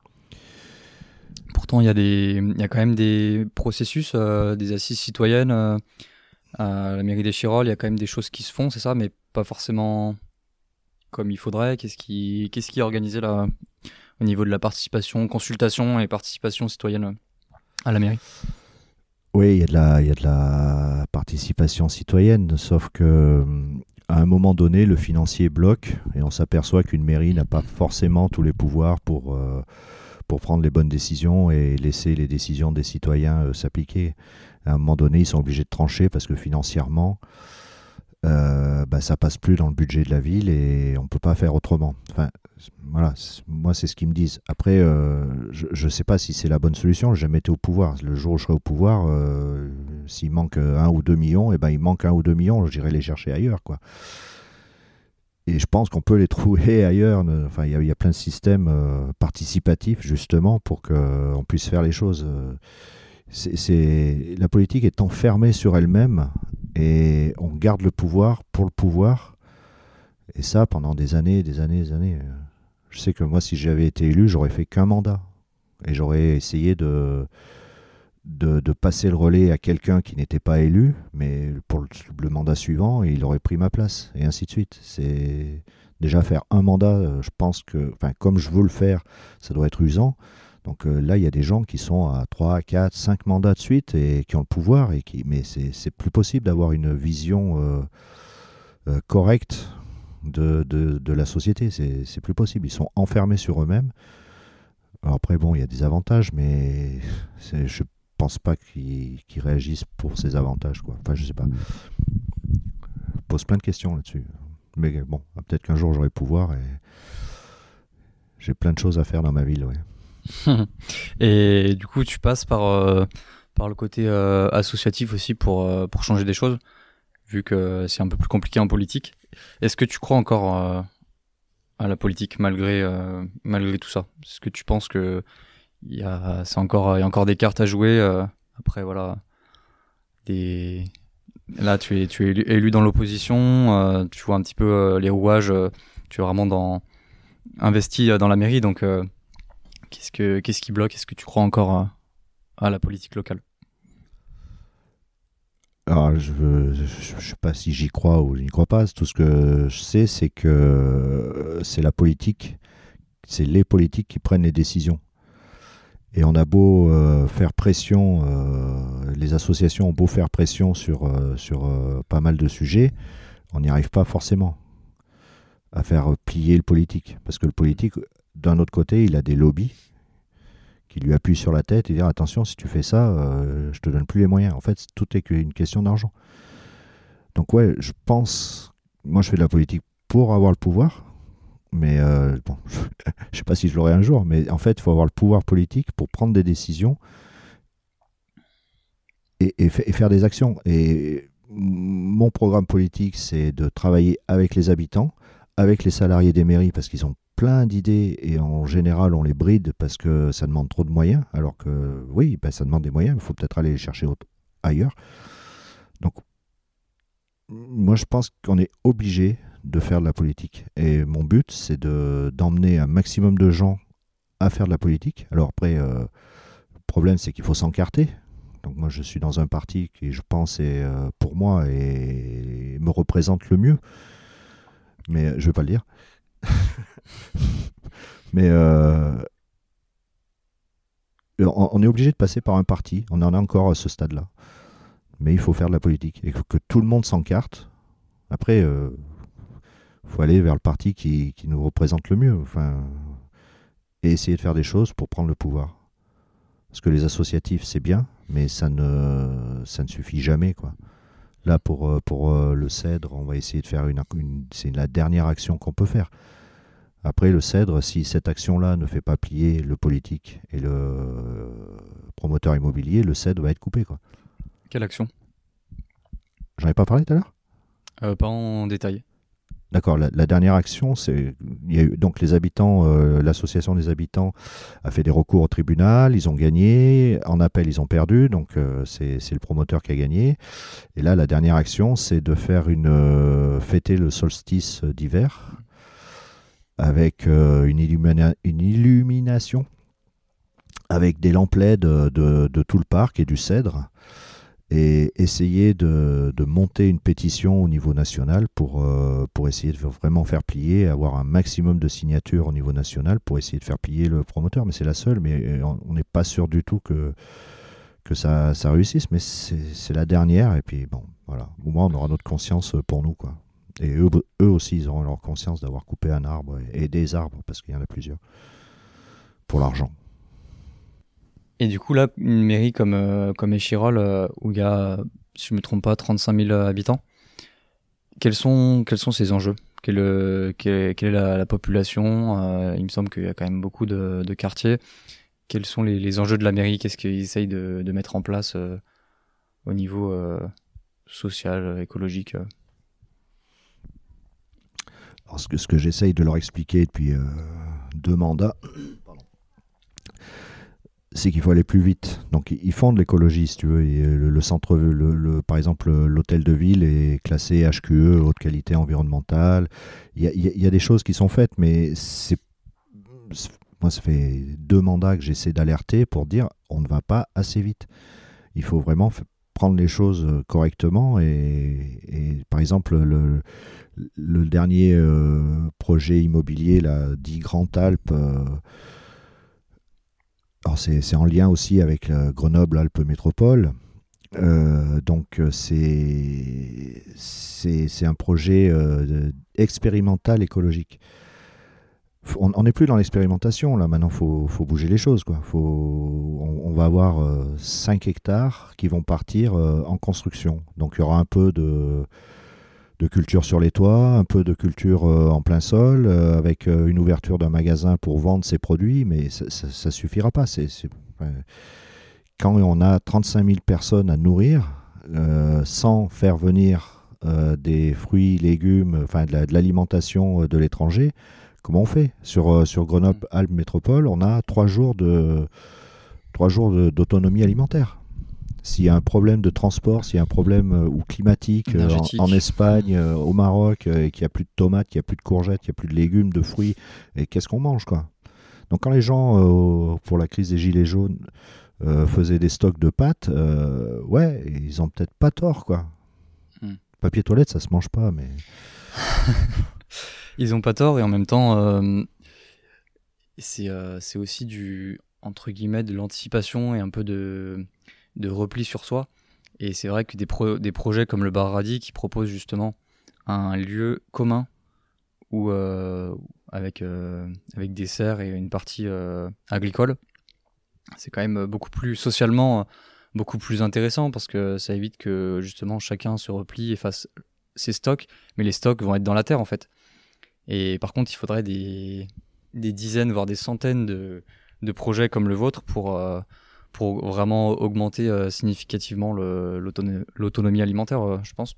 Speaker 1: Pourtant, il y a des, il y a quand même des processus, euh, des assises citoyennes euh, à la mairie d'Échirolles, il y a quand même des choses qui se font, c'est ça, mais pas forcément comme il faudrait. Qu'est-ce qui, qu'est-ce qui est organisé là au niveau de la participation, consultation et participation citoyenne à la mairie?
Speaker 2: Oui, il y a de la, il y a de la participation citoyenne, sauf que à un moment donné, le financier bloque et on s'aperçoit qu'une mairie n'a pas forcément tous les pouvoirs pour, euh, pour prendre les bonnes décisions et laisser les décisions des citoyens euh, s'appliquer. À un moment donné, ils sont obligés de trancher parce que financièrement, euh, bah, ça passe plus dans le budget de la ville et on ne peut pas faire autrement. Enfin, voilà, moi c'est ce qu'ils me disent. Après, euh, je ne sais pas si c'est la bonne solution, j'ai jamais été au pouvoir. Le jour où je serai au pouvoir, euh, s'il manque un ou deux millions, eh ben, il manque un ou deux millions, j'irai les chercher ailleurs, quoi. Et je pense qu'on peut les trouver ailleurs. Enfin, il y, y a plein de systèmes euh, participatifs, justement, pour qu'on puisse faire les choses. C'est, c'est... La politique est enfermée sur elle-même et on garde le pouvoir pour le pouvoir. Et ça, pendant des années, des années, des années. Je sais que moi, si j'avais été élu, j'aurais fait qu'un mandat. Et j'aurais essayé de, de, de passer le relais à quelqu'un qui n'était pas élu, mais pour le, le mandat suivant, il aurait pris ma place, et ainsi de suite. C'est déjà faire un mandat, je pense que, enfin, comme je veux le faire, ça doit être usant. Donc euh, là, il y a des gens qui sont à trois, quatre, cinq mandats de suite et qui ont le pouvoir, et qui, mais c'est, c'est plus possible d'avoir une vision euh, euh, correcte de, de, de la société. C'est, c'est plus possible. Ils sont enfermés sur eux-mêmes. Alors après, bon, il y a des avantages, mais c'est, je pense pas qu'ils, qu'ils réagissent pour ces avantages, quoi. Enfin, je sais pas. Je pose plein de questions là-dessus. Mais bon, peut-être qu'un jour j'aurai le pouvoir et j'ai plein de choses à faire dans ma ville, ouais.
Speaker 1: Et du coup, tu passes par, euh, par le côté euh, associatif aussi pour, euh, pour changer des choses, vu que c'est un peu plus compliqué en politique. Est-ce que tu crois encore euh, à la politique malgré, euh, malgré tout ça? Est-ce que tu penses que il y a, c'est encore, il y a encore des cartes à jouer euh, après, voilà, des... Là, tu es, tu es élu, élu dans l'opposition, euh, tu vois un petit peu euh, les rouages, euh, tu es vraiment dans, investi euh, dans la mairie, donc... Euh, Qu'est-ce, que, qu'est-ce qui bloque? Est-ce que tu crois encore à, à la politique locale?
Speaker 2: Alors, je ne sais pas si j'y crois ou je n'y crois pas. Tout ce que je sais, c'est que c'est la politique, c'est les politiques qui prennent les décisions. Et on a beau euh, faire pression, euh, les associations ont beau faire pression sur, euh, sur euh, pas mal de sujets, on n'y arrive pas forcément. à faire plier le politique. Parce que le politique, d'un autre côté, il a des lobbies qui lui appuient sur la tête et dire attention, si tu fais ça, euh, je te donne plus les moyens. En fait, tout est qu'une question d'argent. Donc ouais, je pense, moi je fais de la politique pour avoir le pouvoir, mais euh, bon, je ne sais pas si je l'aurai un jour, mais en fait, il faut avoir le pouvoir politique pour prendre des décisions et, et, et faire des actions. Et mon programme politique, c'est de travailler avec les habitants, avec les salariés des mairies, parce qu'ils ont plein d'idées et en général, on les bride parce que ça demande trop de moyens, alors que oui, ben, ça demande des moyens, mais il faut peut-être aller les chercher autre, ailleurs. Donc, moi, je pense qu'on est obligé de faire de la politique. Et mon but, c'est de, d'emmener un maximum de gens à faire de la politique. Alors après, euh, le problème, c'est qu'il faut s'encarter. Donc moi, je suis dans un parti qui, je pense, est euh, pour moi et me représente le mieux. Mais je ne vais pas le dire. Mais euh, on, on est obligé de passer par un parti. On en est encore à ce stade-là. Mais il faut faire de la politique. Il faut que tout le monde s'encarte. Après, il euh, faut aller vers le parti qui, qui nous représente le mieux. Enfin, et essayer de faire des choses pour prendre le pouvoir. Parce que les associatifs, c'est bien, mais ça ne, ça ne suffit jamais, quoi. Là, pour, pour euh, le Cèdre, on va essayer de faire une, une... C'est la dernière action qu'on peut faire. Après, le Cèdre, si cette action-là ne fait pas plier le politique et le promoteur immobilier, le Cèdre va être coupé, quoi.
Speaker 1: Quelle action ?
Speaker 2: J'en ai pas parlé tout à l'heure ?
Speaker 1: euh, Pas en détail.
Speaker 2: D'accord, la, la dernière action, c'est il y a eu, donc les habitants, euh, l'association des habitants a fait des recours au tribunal, ils ont gagné, en appel ils ont perdu, donc euh, c'est, c'est le promoteur qui a gagné. Et là, la dernière action, c'est de faire une euh, fêter le solstice d'hiver avec euh, une, illumina, une illumination avec des lampes L E D de, de, de tout le parc et du Cèdre. Et essayer de, de monter une pétition au niveau national pour, euh, pour essayer de vraiment faire plier, avoir un maximum de signatures au niveau national pour essayer de faire plier le promoteur. Mais c'est la seule, mais on n'est pas sûr du tout que, que ça, ça réussisse, mais c'est, c'est la dernière. Et puis bon, voilà, au moins on aura notre conscience pour nous, quoi. Et eux, eux aussi, ils auront leur conscience d'avoir coupé un arbre et, et des arbres, parce qu'il y en a plusieurs, pour l'argent.
Speaker 1: Et du coup, là, une mairie comme, euh, comme Échirolles, euh, où il y a, si je ne me trompe pas, trente-cinq mille habitants, quels sont, quels sont ces enjeux ? Quelle, euh, quelle, quelle est la, la population ? euh, Il me semble qu'il y a quand même beaucoup de, de quartiers. Quels sont les, les enjeux de la mairie ? Qu'est-ce qu'ils essayent de, de mettre en place euh, au niveau euh, social, écologique euh
Speaker 2: Alors, ce que, ce que j'essaye de leur expliquer depuis euh, deux mandats, c'est qu'il faut aller plus vite. Donc ils font de l'écologie, si tu veux. Et le, le centre, le, le, par exemple, l'hôtel de ville est classé H Q E, haute qualité environnementale. Il y a, il y a des choses qui sont faites, mais c'est, moi, ça fait deux mandats que j'essaie d'alerter pour dire on ne va pas assez vite. Il faut vraiment f- prendre les choses correctement. Et, et par exemple, le, le dernier euh, projet immobilier, là, dit Grand Alpes, euh, alors c'est, c'est en lien aussi avec euh, Grenoble-Alpes Métropole. Euh, donc c'est, c'est, c'est un projet euh, expérimental écologique. On n'est plus dans l'expérimentation, là maintenant il faut, faut bouger les choses, quoi. Faut, on, on va avoir euh, cinq hectares qui vont partir euh, en construction. Donc il y aura un peu de, de culture sur les toits, un peu de culture euh, en plein sol, euh, avec euh, une ouverture d'un magasin pour vendre ses produits, mais ça ne suffira pas. C'est, c'est, euh, quand on a trente-cinq mille personnes à nourrir, euh, sans faire venir euh, des fruits, légumes, enfin de, la, de l'alimentation euh, de l'étranger, comment on fait ? Sur, euh, sur Grenoble-Alpes Métropole, on a trois jours, de, trois jours de, d'autonomie alimentaire. S'il y a un problème de transport, s'il y a un problème euh, ou climatique euh, en, en Espagne, euh, au Maroc, euh, et qu'il n'y a plus de tomates, qu'il n'y a plus de courgettes, qu'il n'y a plus de légumes, de fruits, et qu'est-ce qu'on mange, quoi ? Donc quand les gens, euh, pour la crise des gilets jaunes, euh, faisaient des stocks de pâtes, euh, ouais, ils ont peut-être pas tort, quoi. Mm. Papier toilette, ça se mange pas, mais...
Speaker 1: Ils ont pas tort, et en même temps, euh, c'est, euh, c'est aussi du, entre guillemets, de l'anticipation et un peu de... de repli sur soi. Et c'est vrai que des, pro- des projets comme le Bar Radis qui proposent justement un lieu commun ou euh, avec, euh, avec des serres et une partie euh, agricole. C'est quand même beaucoup plus socialement, beaucoup plus intéressant parce que ça évite que justement chacun se replie et fasse ses stocks, mais les stocks vont être dans la terre en fait. Et par contre, il faudrait des, des dizaines, voire des centaines de, de projets comme le vôtre pour, euh, pour vraiment augmenter euh, significativement le, l'autonomie, l'autonomie alimentaire, euh, je pense.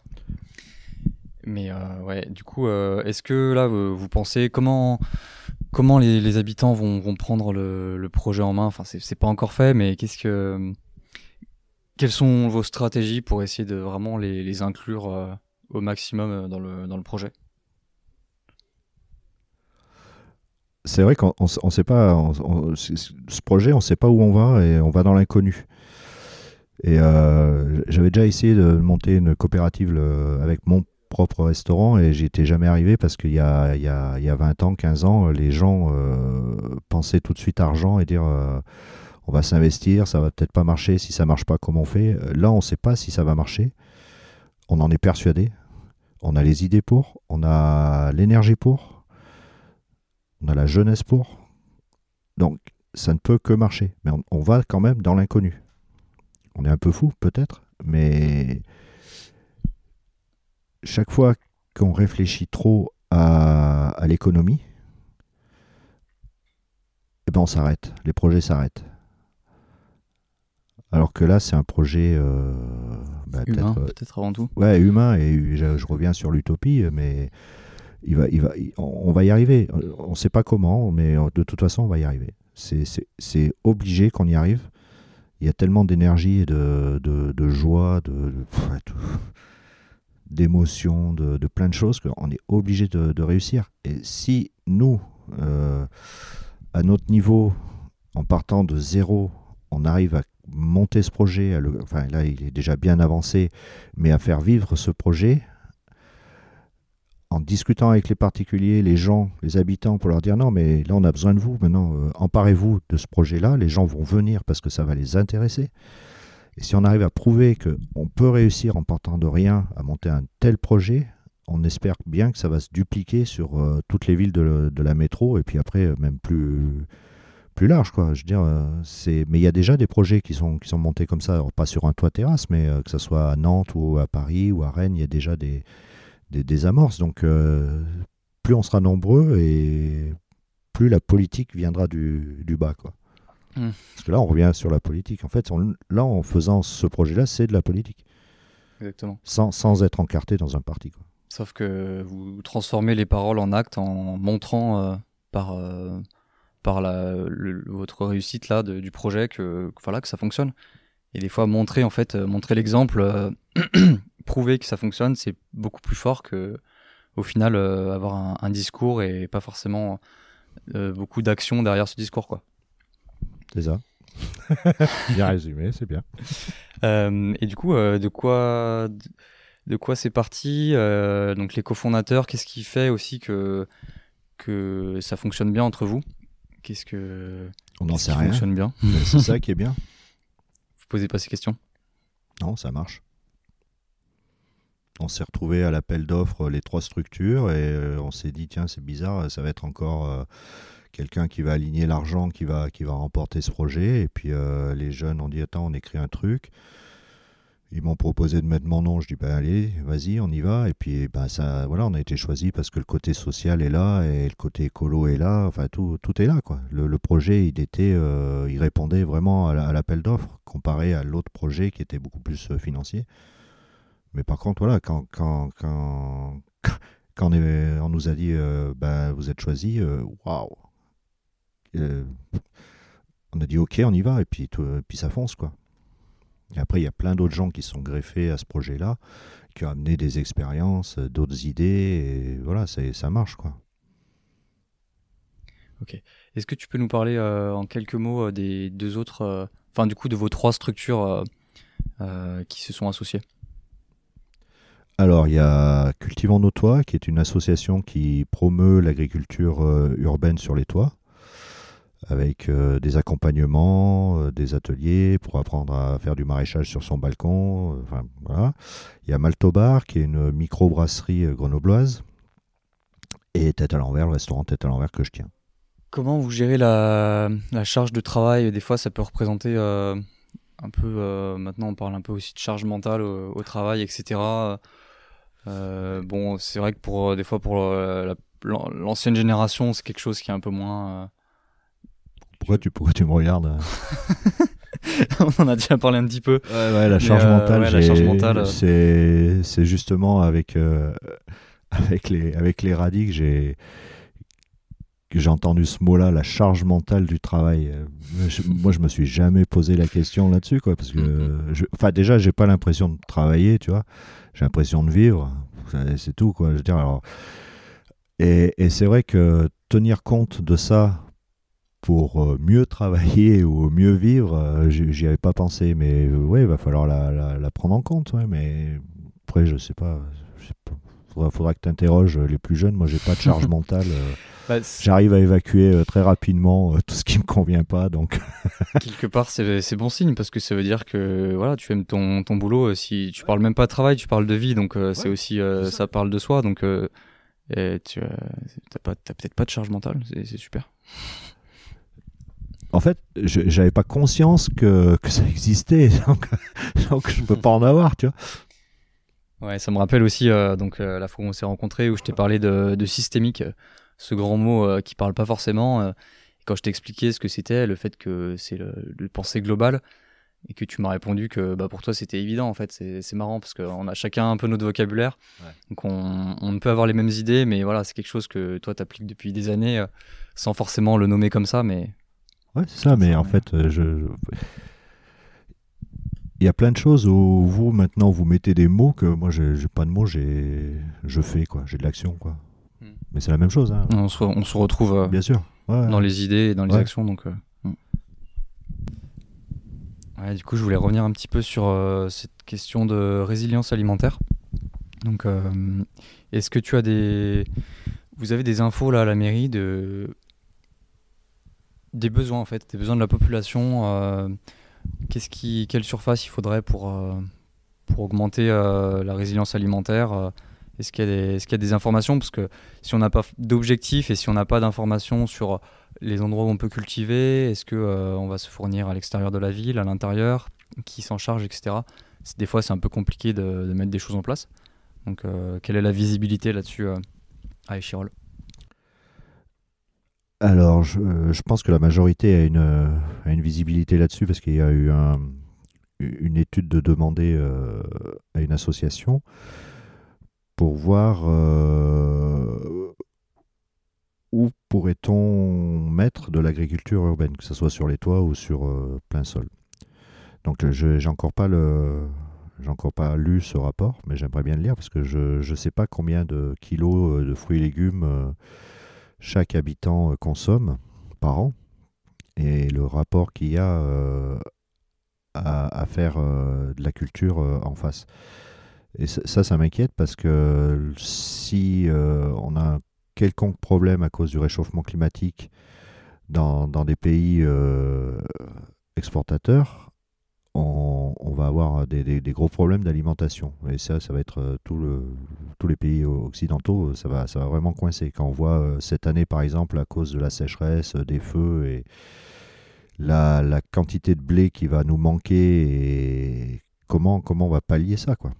Speaker 1: Mais euh, ouais, du coup, euh, est-ce que là, vous, vous pensez comment, comment les, les habitants vont, vont prendre le, le projet en main? Enfin, c'est, c'est pas encore fait, mais qu'est-ce que, quelles sont vos stratégies pour essayer de vraiment les, les inclure euh, au maximum dans le, dans le projet?
Speaker 2: C'est vrai qu'on on sait pas, on, on, ce projet, on ne sait pas où on va et on va dans l'inconnu. Et euh, j'avais déjà essayé de monter une coopérative le, avec mon propre restaurant et j'y étais jamais arrivé parce qu'il y a, il y, a, il y a vingt ans, quinze ans, les gens euh, pensaient tout de suite argent et dire euh, on va s'investir, ça va peut-être pas marcher, si ça marche pas, comment on fait? Là, on ne sait pas si ça va marcher, on en est persuadé, on a les idées pour, on a l'énergie pour, on a la jeunesse pour, donc ça ne peut que marcher, mais on, on va quand même dans l'inconnu. On est un peu fou peut-être, mais chaque fois qu'on réfléchit trop à, à l'économie, eh ben on s'arrête, les projets s'arrêtent. Alors que là, c'est un projet euh, bah,
Speaker 1: humain,
Speaker 2: peut-être,
Speaker 1: peut-être avant tout.
Speaker 2: Ouais, humain, et je, je reviens sur l'utopie, mais il va, il va, il, on va y arriver. On ne sait pas comment, mais de toute façon, on va y arriver. C'est, c'est, c'est obligé qu'on y arrive. Il y a tellement d'énergie, et de, de, de joie, de, de, de d'émotions, de, de plein de choses qu'on est obligé de, de réussir. Et si nous, euh, à notre niveau, en partant de zéro, on arrive à monter ce projet, à le, enfin là il est déjà bien avancé, mais à faire vivre ce projet, en discutant avec les particuliers, les gens, les habitants, pour leur dire non mais là on a besoin de vous, maintenant euh, emparez-vous de ce projet-là, les gens vont venir parce que ça va les intéresser. Et si on arrive à prouver qu'on peut réussir en partant de rien à monter un tel projet, on espère bien que ça va se dupliquer sur euh, toutes les villes de, de la métro et puis après même plus, plus large, quoi. Je veux dire, euh, c'est... mais il y a déjà des projets qui sont, qui sont montés comme ça, alors, pas sur un toit terrasse, mais euh, que ce soit à Nantes ou à Paris ou à Rennes, il y a déjà des, des, des amorces. Donc euh, plus on sera nombreux et plus la politique viendra du, du bas, quoi. Mmh. Parce que là, on revient sur la politique. En fait, on, là, en faisant ce projet-là, c'est de la politique.
Speaker 1: Exactement.
Speaker 2: Sans, sans être encarté dans un parti, quoi.
Speaker 1: Sauf que vous transformez les paroles en actes en montrant euh, par, euh, par la, le, votre réussite là, de, du projet que, que, voilà, que ça fonctionne. Et des fois, montrer, en fait, euh, montrer l'exemple, euh, prouver que ça fonctionne, c'est beaucoup plus fort que, au final, euh, avoir un, un discours et pas forcément euh, beaucoup d'actions derrière ce discours, quoi.
Speaker 2: C'est ça. Bien résumé, c'est bien.
Speaker 1: Euh, et du coup, euh, de quoi, de, de quoi c'est parti euh, donc les cofondateurs, qu'est-ce qui fait aussi que que ça fonctionne bien entre vous? Qu'est-ce que
Speaker 2: on n'en
Speaker 1: qu'est-ce
Speaker 2: sait
Speaker 1: qui
Speaker 2: rien.
Speaker 1: Fonctionne bien.
Speaker 2: C'est ça qui est bien.
Speaker 1: Vous posez pas ces questions?
Speaker 2: Non, ça marche. On s'est retrouvé à l'appel d'offres les trois structures et euh, on s'est dit tiens c'est bizarre, ça va être encore euh, quelqu'un qui va aligner l'argent, qui va, qui va remporter ce projet. Et puis euh, les jeunes ont dit attends, on écrit un truc. Ils m'ont proposé de mettre mon nom. Je dis ben allez, vas-y, on y va. Et puis ben ça, voilà, on a été choisi parce que le côté social est là et le côté écolo est là. Enfin tout, tout est là, quoi. Le, le projet, il était, euh, il répondait vraiment à, à l'appel d'offres comparé à l'autre projet qui était beaucoup plus euh, financier. Mais par contre, voilà, quand quand quand quand on, est, on nous a dit euh, ben vous êtes choisi, waouh. Wow. Euh, on a dit ok, on y va, et puis, tout, et puis ça fonce, quoi. Et après, il y a plein d'autres gens qui sont greffés à ce projet-là, qui ont amené des expériences, d'autres idées, et voilà, c'est, ça marche, quoi.
Speaker 1: Ok. Est-ce que tu peux nous parler euh, en quelques mots euh, des deux autres, euh, enfin du coup de vos trois structures euh, euh, qui se sont associées?
Speaker 2: Alors, il y a Cultivons nos toits, qui est une association qui promeut l'agriculture euh, urbaine sur les toits, avec euh, des accompagnements, euh, des ateliers pour apprendre à faire du maraîchage sur son balcon. Euh, enfin, voilà. Il y a Maltobar, qui est une microbrasserie euh, grenobloise. Et Tête à l'envers, le restaurant Tête à l'envers que je tiens.
Speaker 1: Comment vous gérez la, la charge de travail? Des fois, ça peut représenter euh, un peu. Euh, maintenant, on parle un peu aussi de charge mentale au, au travail, et cetera. Euh, bon, c'est vrai que pour euh, des fois pour euh, la, l'ancienne génération, c'est quelque chose qui est un peu moins. Euh...
Speaker 2: Pourquoi tu pourquoi tu me regardes?
Speaker 1: On en a déjà parlé un petit peu.
Speaker 2: Ouais, ouais, la charge
Speaker 1: euh,
Speaker 2: mentale,
Speaker 1: ouais, la charge mentale euh...
Speaker 2: c'est c'est justement avec euh, avec les avec les radis que j'ai que j'ai entendu ce mot-là, la charge mentale du travail. Je, moi, je me suis jamais posé la question là-dessus, quoi, parce que, mm-hmm. je, enfin, déjà, j'ai pas l'impression de travailler, tu vois. J'ai l'impression de vivre, c'est tout, quoi. Je veux dire, alors, et, et c'est vrai que tenir compte de ça pour mieux travailler ou mieux vivre, j'y avais pas pensé, mais ouais, il va falloir la, la, la prendre en compte, ouais. Mais après, je sais pas. Je sais pas. Faudra, faudra que tu interroges les plus jeunes. Moi, j'ai pas de charge mentale. Euh, bah, j'arrive à évacuer euh, très rapidement euh, tout ce qui me convient pas. Donc,
Speaker 1: quelque part, c'est, c'est bon signe parce que ça veut dire que voilà, tu aimes ton, ton boulot. Si tu parles même pas de travail, tu parles de vie. Donc, euh, ouais, c'est aussi euh, c'est ça. ça parle de soi. Donc, euh, et tu euh, t'as pas, t'as peut-être pas de charge mentale. C'est, c'est super.
Speaker 2: En fait, je, j'avais pas conscience que, que ça existait. Donc, donc je peux pas en avoir, tu vois.
Speaker 1: Ouais, ça me rappelle aussi euh, donc euh, la fois où on s'est rencontrés, où je t'ai parlé de, de systémique, euh, ce grand mot euh, qui parle pas forcément. Euh, et quand je t'ai expliqué ce que c'était, le fait que c'est le, le pensée globale, et que tu m'as répondu que bah, pour toi c'était évident en fait. C'est, c'est marrant parce qu'on a chacun un peu notre vocabulaire, ouais. Donc on, on peut avoir les mêmes idées, mais voilà, c'est quelque chose que toi t'appliques depuis des années, euh, sans forcément le nommer comme ça, mais.
Speaker 2: Ouais, c'est ça, mais ça, en ouais. fait, euh, je. je... Il y a plein de choses où vous, maintenant, vous mettez des mots que moi, j'ai, j'ai pas de mots, j'ai, je fais, quoi. J'ai de l'action, quoi. Mm. Mais c'est la même chose. Hein.
Speaker 1: On, se, on se retrouve euh,
Speaker 2: bien sûr. Ouais,
Speaker 1: dans
Speaker 2: ouais.
Speaker 1: les idées et dans les
Speaker 2: ouais.
Speaker 1: actions. Donc, euh, mm. ouais, du coup, je voulais revenir un petit peu sur euh, cette question de résilience alimentaire. Donc, euh, est-ce que tu as des... Vous avez des infos, là, à la mairie, de... des besoins, en fait, des besoins de la population euh, Qu'est-ce qui, quelle surface il faudrait pour, euh, pour augmenter euh, la résilience alimentaire euh, est-ce qu'il y a des, est-ce qu'il y a des informations? Parce que si on n'a pas d'objectifs et si on n'a pas d'informations sur les endroits où on peut cultiver, est-ce qu'on euh, va se fournir à l'extérieur de la ville, à l'intérieur, qui s'en charge, et cetera. C'est, des fois, c'est un peu compliqué de, de mettre des choses en place. Donc, euh, quelle est la visibilité là-dessus euh, à Échirolles?
Speaker 2: Alors, je, je pense que la majorité a une, a une visibilité là-dessus parce qu'il y a eu un, une étude de demander euh, à une association pour voir euh, où pourrait-on mettre de l'agriculture urbaine, que ce soit sur les toits ou sur euh, plein sol. Donc, je, j'ai encore pas le... J'ai encore pas lu ce rapport, mais j'aimerais bien le lire parce que je ne sais pas combien de kilos de fruits et légumes euh, chaque habitant consomme par an, et le rapport qu'il y a euh, à, à faire euh, de la culture euh, en face. Et ça, ça m'inquiète parce que si euh, on a un quelconque problème à cause du réchauffement climatique dans, dans des pays euh, exportateurs, on, on va avoir des, des, des gros problèmes d'alimentation. Et ça, ça va être euh, tout le, tous les pays occidentaux, ça va, ça va vraiment coincer. Quand on voit euh, cette année, par exemple, à cause de la sécheresse, des feux et la, la quantité de blé qui va nous manquer, et comment, comment on va pallier ça, quoi.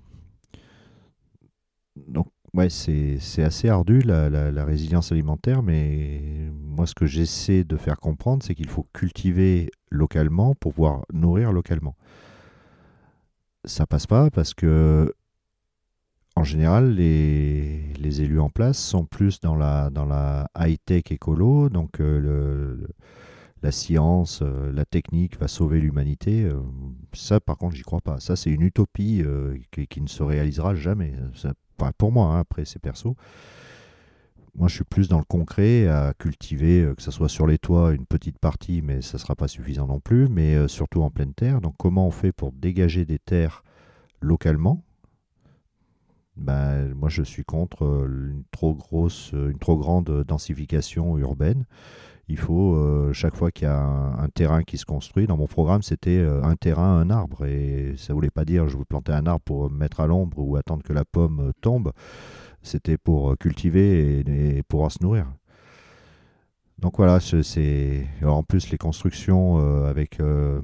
Speaker 2: Donc, ouais, c'est, c'est assez ardu, la, la, la résilience alimentaire, mais moi, ce que j'essaie de faire comprendre, c'est qu'il faut cultiver localement pour pouvoir nourrir localement. Ça passe pas parce que, en général, les, les élus en place sont plus dans la, dans la high-tech écolo, donc euh, le, le, la science, euh, la technique va sauver l'humanité. Euh, ça, par contre, j'y crois pas. Ça, c'est une utopie euh, qui, qui ne se réalisera jamais. Ça, pour moi, hein, après, c'est perso. Moi, je suis plus dans le concret, à cultiver, euh, que ce soit sur les toits, une petite partie, mais ça ne sera pas suffisant non plus, mais euh, surtout en pleine terre. Donc, comment on fait pour dégager des terres localement? Ben, moi, je suis contre euh, une trop grosse, une trop grande densification urbaine. Il faut, euh, chaque fois qu'il y a un, un terrain qui se construit, dans mon programme, c'était euh, un terrain, un arbre. Et ça ne voulait pas dire je veux planter un arbre pour me mettre à l'ombre ou attendre que la pomme tombe. C'était pour cultiver et, et pouvoir se nourrir. Donc voilà, c'est... Alors en plus, les constructions euh, avec euh,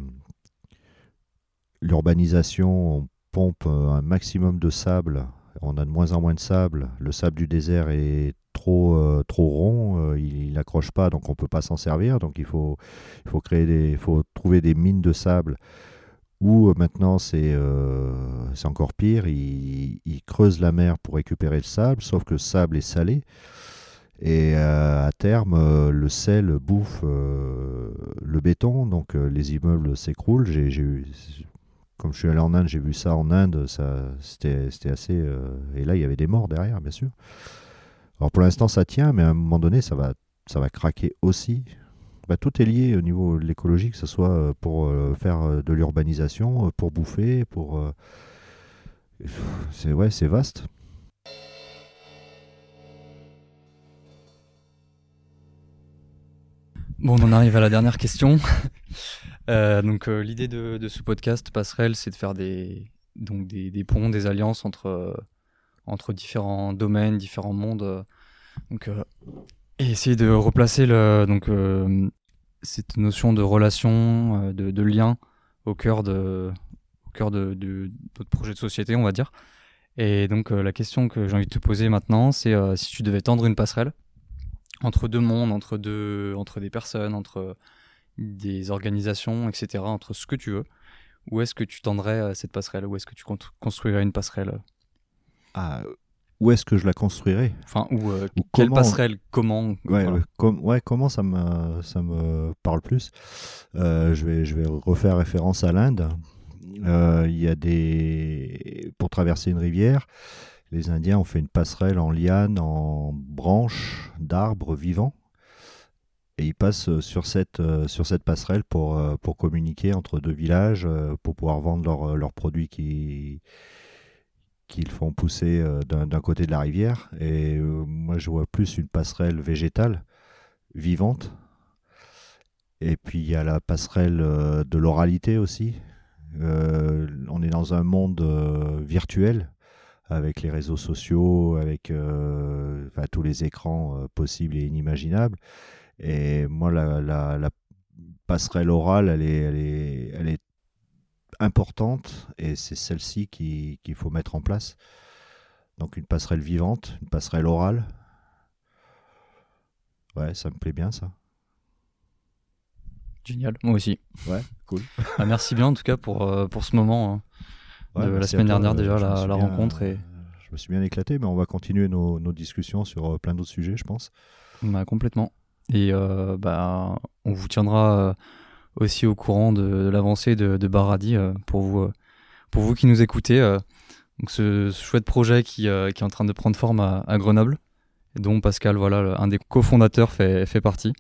Speaker 2: l'urbanisation, on pompe un maximum de sable. On a de moins en moins de sable. Le sable du désert est trop, euh, trop rond, euh, il n'accroche pas, donc on ne peut pas s'en servir. Donc il faut, il faut, créer des, il faut trouver des mines de sable où euh, maintenant c'est, euh, c'est encore pire. Ils, ils creusent la mer pour récupérer le sable, sauf que le sable est salé. Et euh, à terme, euh, le sel bouffe euh, le béton, donc euh, les immeubles s'écroulent. J'ai, j'ai eu, comme je suis allé en Inde, j'ai vu ça en Inde, ça, c'était, c'était assez... Euh, et là, il y avait des morts derrière, bien sûr. Alors pour l'instant, ça tient, mais à un moment donné, ça va, ça va craquer aussi. Bah, tout est lié au niveau de l'écologie, que ce soit pour euh, faire de l'urbanisation, pour bouffer, pour... Euh, c'est, ouais, c'est vaste.
Speaker 1: Bon, on en arrive à la dernière question. euh, donc, euh, l'idée de, de ce podcast Passerelle, c'est de faire des, donc des, des ponts, des alliances entre, euh, entre différents domaines, différents mondes. Euh, donc, euh, et essayer de replacer le, donc, euh, cette notion de relation, euh, de, de lien au cœur de, au cœur de, de notre projet de société, on va dire. Et donc, euh, la question que j'ai envie de te poser maintenant, c'est euh, si tu devais tendre une passerelle entre deux mondes, entre, deux, entre des personnes, entre des organisations, et cetera, entre ce que tu veux, où est-ce que tu tendrais cette passerelle? Où est-ce que tu construirais une passerelle?
Speaker 2: Ah, où est-ce que je la construirais?
Speaker 1: Enfin, où, euh,
Speaker 2: ou
Speaker 1: quelle
Speaker 2: comment...
Speaker 1: passerelle? Comment?
Speaker 2: Ouais,
Speaker 1: voilà.
Speaker 2: ouais, com- ouais, comment ça me, ça me parle plus. euh, je, vais, je vais refaire référence à l'Inde. Il euh, y a des... Pour traverser une rivière, les Indiens ont fait une passerelle en liane, en branches d'arbres vivants. Et ils passent sur cette, sur cette passerelle pour, pour communiquer entre deux villages, pour pouvoir vendre leurs leur produits qui, qu'ils font pousser d'un, d'un côté de la rivière. Et euh, moi, je vois plus une passerelle végétale, vivante. Et puis, il y a la passerelle de l'oralité aussi. Euh, on est dans un monde euh, virtuel, avec les réseaux sociaux, avec euh, enfin, tous les écrans euh, possibles et inimaginables. Et moi, la, la, la passerelle orale, elle est, elle est, elle est importante, et c'est celle-ci qui, qu'il faut mettre en place. Donc une passerelle vivante, une passerelle orale. Ouais, ça me plaît bien, ça.
Speaker 1: Génial, moi aussi.
Speaker 2: Ouais, cool.
Speaker 1: Ah, merci bien en tout cas pour, euh, pour ce moment hein,
Speaker 2: ouais,
Speaker 1: de la semaine
Speaker 2: toi,
Speaker 1: dernière déjà,
Speaker 2: euh,
Speaker 1: la, la
Speaker 2: bien,
Speaker 1: rencontre. Et...
Speaker 2: Je me suis bien éclaté, mais on va continuer nos, nos discussions sur euh, plein d'autres sujets, je pense.
Speaker 1: Bah, complètement. Et euh, bah, on vous tiendra euh, aussi au courant de, de l'avancée de, de Baradi euh, pour, vous, euh, pour vous qui nous écoutez. Euh, donc ce, ce chouette projet qui, euh, qui est en train de prendre forme à, à Grenoble, et dont Pascal, voilà, un des cofondateurs, fait, fait partie.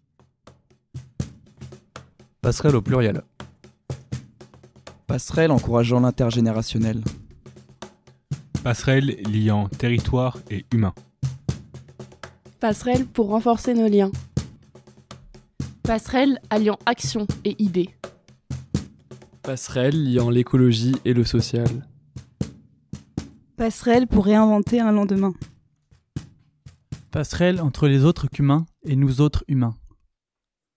Speaker 1: Passerelle au pluriel.
Speaker 3: Passerelle encourageant l'intergénérationnel.
Speaker 4: Passerelle liant territoire et humain.
Speaker 5: Passerelle pour renforcer nos liens. Passerelle alliant action et idées.
Speaker 6: Passerelle liant l'écologie et le social.
Speaker 7: Passerelle pour réinventer un lendemain.
Speaker 8: Passerelle entre les autres qu'humains et nous autres humains.